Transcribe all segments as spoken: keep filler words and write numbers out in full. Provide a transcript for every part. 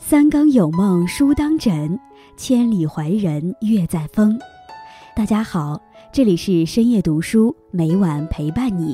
三更有梦书当枕，千里怀人月在风。大家好，这里是深夜读书，每晚陪伴你。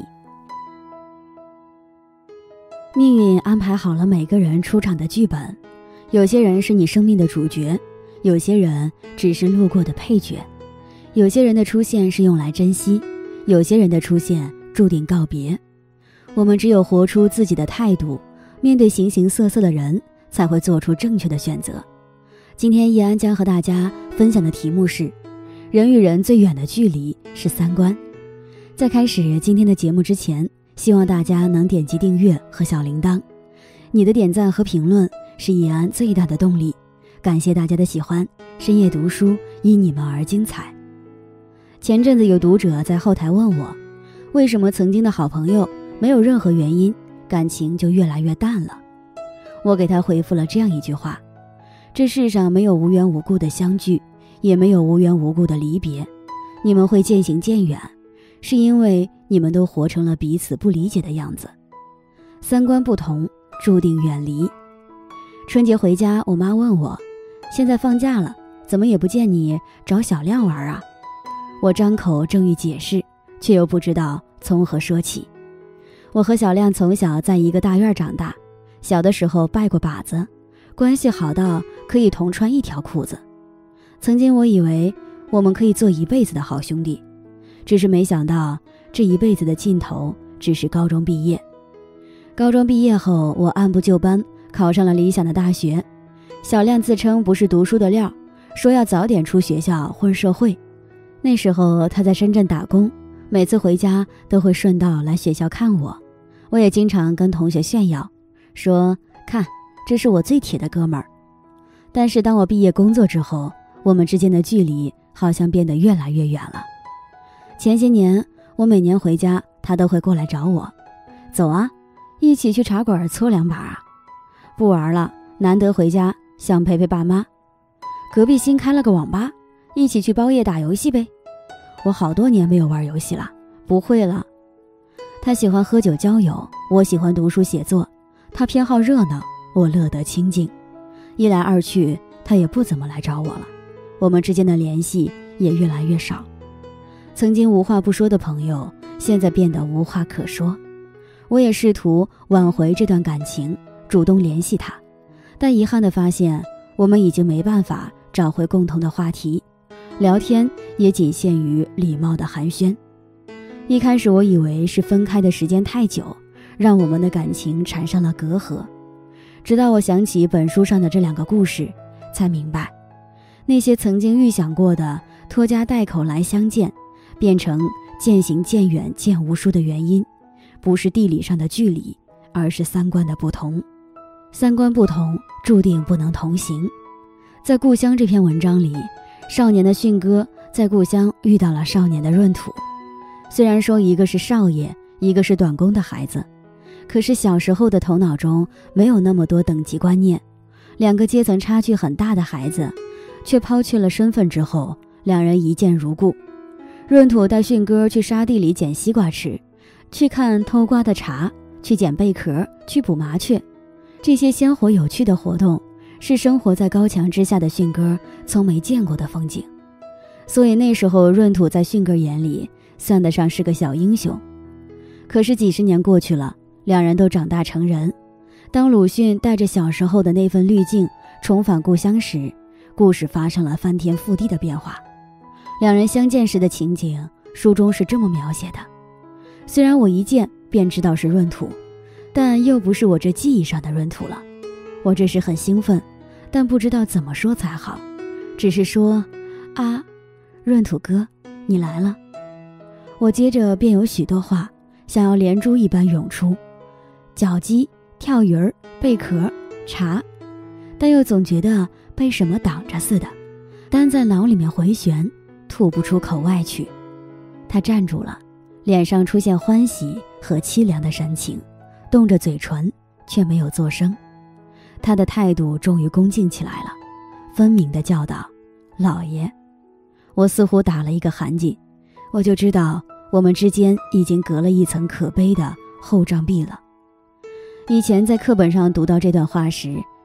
命运安排好了每个人出场的剧本，有些人是你生命的主角，有些人只是路过的配角，有些人的出现是用来珍惜，有些人的出现注定告别。我们只有活出自己的态度，面对形形色色的人，才会做出正确的选择。今天易安将和大家分享的题目是：人与人最远的距离是三观。在开始今天的节目之前，希望大家能点击订阅和小铃铛，你的点赞和评论是易安最大的动力。感谢大家的喜欢，深夜读书因你们而精彩。前阵子有读者在后台问我，为什么曾经的好朋友没有任何原因，感情就越来越淡了？我给他回复了这样一句话：这世上没有无缘无故的相聚，也没有无缘无故的离别。你们会渐行渐远，是因为你们都活成了彼此不理解的样子。三观不同，注定远离。春节回家，我妈问我，现在放假了，怎么也不见你找小亮玩啊？我张口正欲解释，却又不知道从何说起。我和小亮从小在一个大院长大，小的时候拜过把子，关系好到可以同穿一条裤子。曾经我以为我们可以做一辈子的好兄弟，只是没想到这一辈子的尽头只是高中毕业。高中毕业后，我按部就班考上了理想的大学。小亮自称不是读书的料，说要早点出学校混社会。那时候他在深圳打工，每次回家都会顺道来学校看我。我也经常跟同学炫耀，说看，这是我最铁的哥们儿。但是当我毕业工作之后，我们之间的距离好像变得越来越远了。前些年我每年回家，他都会过来找我，走啊，一起去茶馆搓两把啊。不玩了，难得回家，想陪陪爸妈。隔壁新开了个网吧，一起去包夜打游戏呗。我好多年没有玩游戏了，不会了。他喜欢喝酒交友，我喜欢读书写作。他偏好热闹，我乐得清静。一来二去，他也不怎么来找我了，我们之间的联系也越来越少。曾经无话不说的朋友，现在变得无话可说。我也试图挽回这段感情，主动联系他，但遗憾地发现，我们已经没办法找回共同的话题，聊天也仅限于礼貌的寒暄。一开始我以为是分开的时间太久，让我们的感情产生了隔阂。直到我想起本书上的这两个故事，才明白，那些曾经预想过的拖家带口来相见，变成渐行渐远见无书的原因，不是地理上的距离，而是三观的不同。三观不同，注定不能同行。在《故乡》这篇文章里，少年的迅哥在故乡遇到了少年的闰土。虽然说一个是少爷，一个是短工的孩子，可是小时候的头脑中没有那么多等级观念，两个阶层差距很大的孩子，却抛弃了身份之后，两人一见如故。闰土带迅哥去沙地里捡西瓜吃，去看偷瓜的茶，去捡贝壳，去捕麻雀。这些鲜活有趣的活动，是生活在高墙之下的迅哥从没见过的风景。所以那时候闰土在迅哥眼里算得上是个小英雄。可是几十年过去了，两人都长大成人。当鲁迅带着小时候的那份滤镜重返故乡时，故事发生了翻天覆地的变化。两人相见时的情景，书中是这么描写的：虽然我一见便知道是闰土，但又不是我这记忆上的闰土了。我这时很兴奋，但不知道怎么说才好，只是说啊，闰土哥，你来了。我接着便有许多话想要连珠一般涌出，脚鸡、跳鱼儿、贝壳、茶，但又总觉得被什么挡着似的，单在脑里面回旋，吐不出口外去。他站住了，脸上出现欢喜和凄凉的神情，动着嘴唇，却没有作声。他的态度终于恭敬起来了，分明地叫道：老爷。我似乎打了一个寒噤，我就知道我们之间已经隔了一层可悲的厚障壁了。以前在课本上读到这段话时，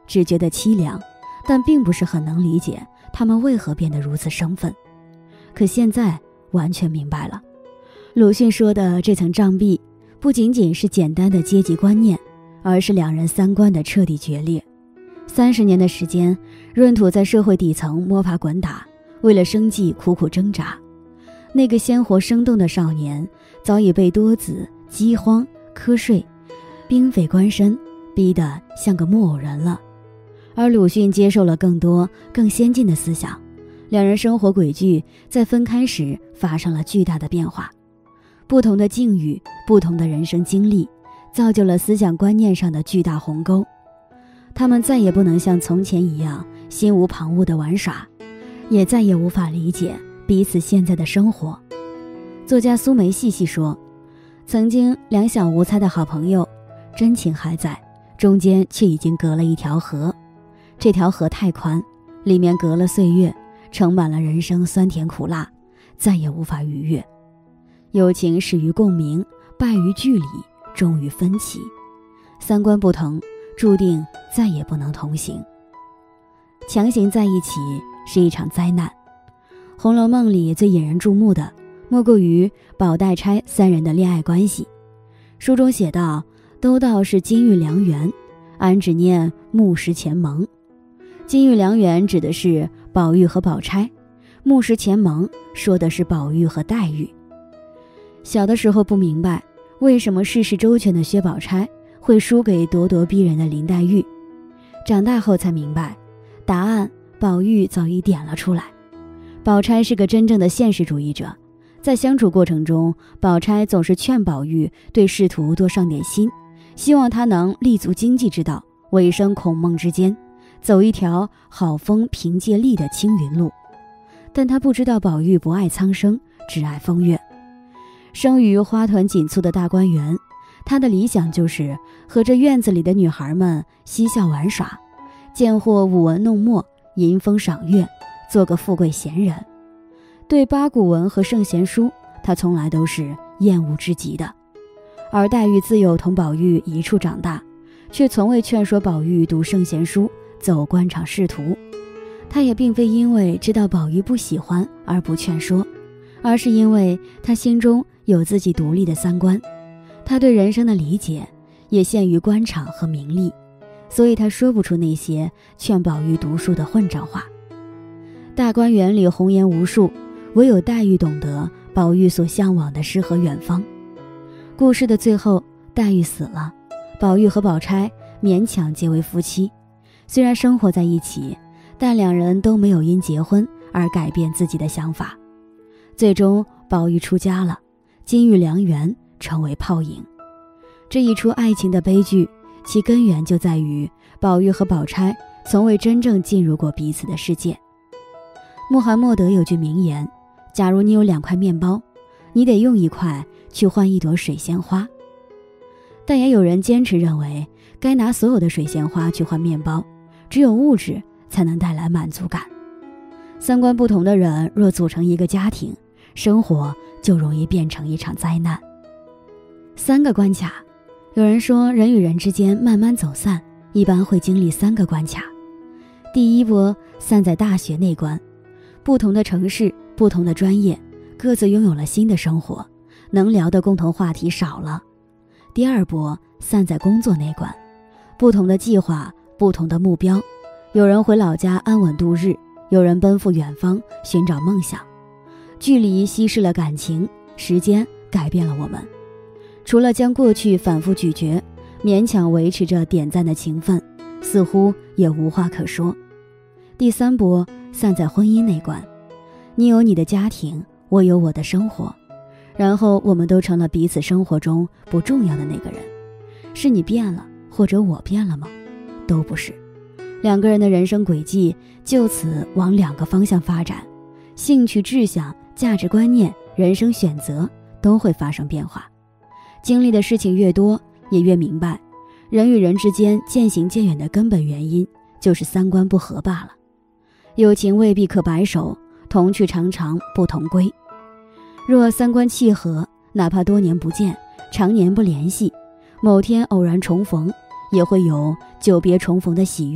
只觉得凄凉，但并不是很能理解他们为何变得如此生分。可现在完全明白了，鲁迅说的这层障壁不仅仅是简单的阶级观念，而是两人三观的彻底决裂。三十年的时间，闰土在社会底层摸爬滚打，为了生计苦苦挣扎。那个鲜活生动的少年早已被多子、饥荒、瞌睡、兵匪官绅逼得像个木偶人了。而鲁迅接受了更多更先进的思想，两人生活轨迹在分开时发生了巨大的变化。不同的境遇，不同的人生经历，造就了思想观念上的巨大鸿沟。他们再也不能像从前一样心无旁骛地玩耍，也再也无法理解彼此现在的生活。作家苏梅细细说，曾经两小无猜的好朋友，真情还在，中间却已经隔了一条河。这条河太宽，里面隔了岁月，盛满了人生酸甜苦辣，再也无法逾越。友情始于共鸣，败于距离，终于分歧。三观不同，注定再也不能同行。强行在一起是一场灾难。《红楼梦》里最引人注目的，莫过于宝黛钗三人的恋爱关系。书中写道，都道是金玉良缘，俺只念木石前盟。金玉良缘指的是宝玉和宝钗，木石前盟说的是宝玉和黛玉。小的时候不明白，为什么事事周全的薛宝钗会输给咄咄逼人的林黛玉。长大后才明白，答案宝玉早已点了出来。宝钗是个真正的现实主义者，在相处过程中，宝钗总是劝宝玉对仕途多上点心，希望他能立足经济之道，委身孔孟之间，走一条好风凭借力的青云路。但他不知道宝玉不爱苍生，只爱风月。生于花团锦簇的大观园，他的理想就是和这院子里的女孩们嬉笑玩耍，见或舞文弄墨，吟风赏月，做个富贵闲人。对八股文和圣贤书，他从来都是厌恶至极的。而黛玉自幼同宝玉一处长大，却从未劝说宝玉读圣贤书，走官场仕途。他也并非因为知道宝玉不喜欢而不劝说，而是因为他心中有自己独立的三观，他对人生的理解也限于官场和名利，所以他说不出那些劝宝玉读书的混账话。大观园里红颜无数，唯有黛玉懂得宝玉所向往的诗和远方。故事的最后，黛玉死了，宝玉和宝钗勉强结为夫妻。虽然生活在一起，但两人都没有因结婚而改变自己的想法。最终宝玉出家了，金玉良缘成为泡影。这一出爱情的悲剧，其根源就在于宝玉和宝钗从未真正进入过彼此的世界。穆罕默德有句名言，假如你有两块面包，你得用一块去换一朵水仙花。但也有人坚持认为，该拿所有的水仙花去换面包，只有物质才能带来满足感。三观不同的人若组成一个家庭，生活就容易变成一场灾难。三个关卡，有人说人与人之间慢慢走散，一般会经历三个关卡。第一波散在大学那关，不同的城市，不同的专业，各自拥有了新的生活，能聊的共同话题少了。第二波散在工作那关，不同的计划，不同的目标，有人回老家安稳度日，有人奔赴远方寻找梦想。距离稀释了感情，时间改变了我们。除了将过去反复咀嚼，勉强维持着点赞的情分，似乎也无话可说。第三波散在婚姻那关，你有你的家庭，我有我的生活，然后我们都成了彼此生活中不重要的那个人。是你变了，或者我变了吗？都不是。两个人的人生轨迹就此往两个方向发展，兴趣、志向、价值观念、人生选择都会发生变化。经历的事情越多，也越明白，人与人之间渐行渐远的根本原因就是三观不合罢了。友情未必可白首，同去常常不同归。若三观契合，哪怕多年不见，常年不联系，某天偶然重逢，也会有久别重逢的喜悦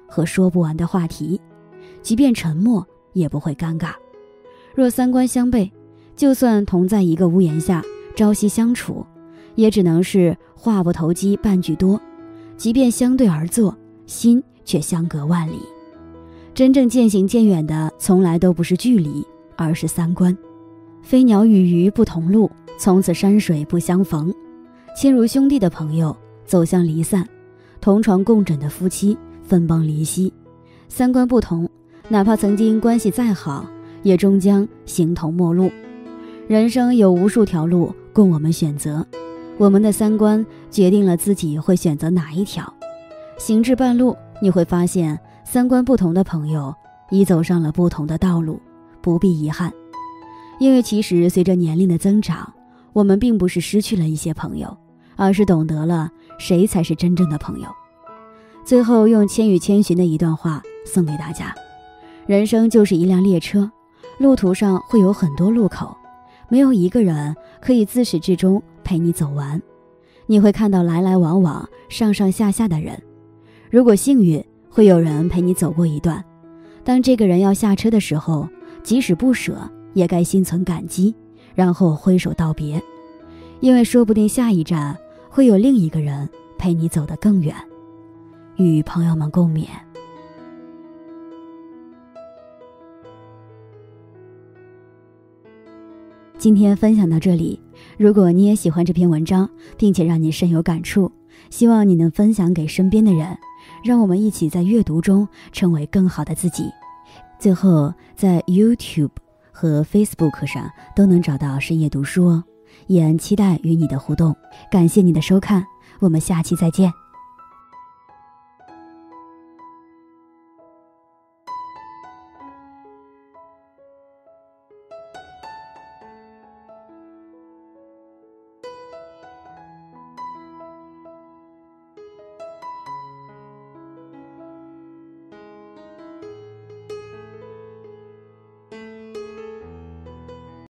和说不完的话题，即便沉默也不会尴尬。若三观相悖，就算同在一个屋檐下朝夕相处，也只能是话不投机半句多，即便相对而坐，心却相隔万里。真正渐行渐远的从来都不是距离，而是三观。飞鸟与鱼不同路，从此山水不相逢。亲如兄弟的朋友走向离散，同床共枕的夫妻分崩离析。三观不同，哪怕曾经关系再好，也终将形同陌路。人生有无数条路供我们选择，我们的三观决定了自己会选择哪一条。行至半路，你会发现三观不同的朋友已走上了不同的道路，不必遗憾。因为其实随着年龄的增长，我们并不是失去了一些朋友，而是懂得了谁才是真正的朋友。最后用《千与千寻》的一段话送给大家：人生就是一辆列车，路途上会有很多路口，没有一个人可以自始至终陪你走完。你会看到来来往往上上下下的人，如果幸运，会有人陪你走过一段。当这个人要下车的时候，即使不舍，也该心存感激，然后挥手道别，因为说不定下一站会有另一个人陪你走得更远。与朋友们共勉。今天分享到这里，如果你也喜欢这篇文章，并且让你深有感触，希望你能分享给身边的人，让我们一起在阅读中成为更好的自己。最后，在 YouTube 和 Facebook 上都能找到深夜读书哦，也期待与你的互动。感谢你的收看，我们下期再见。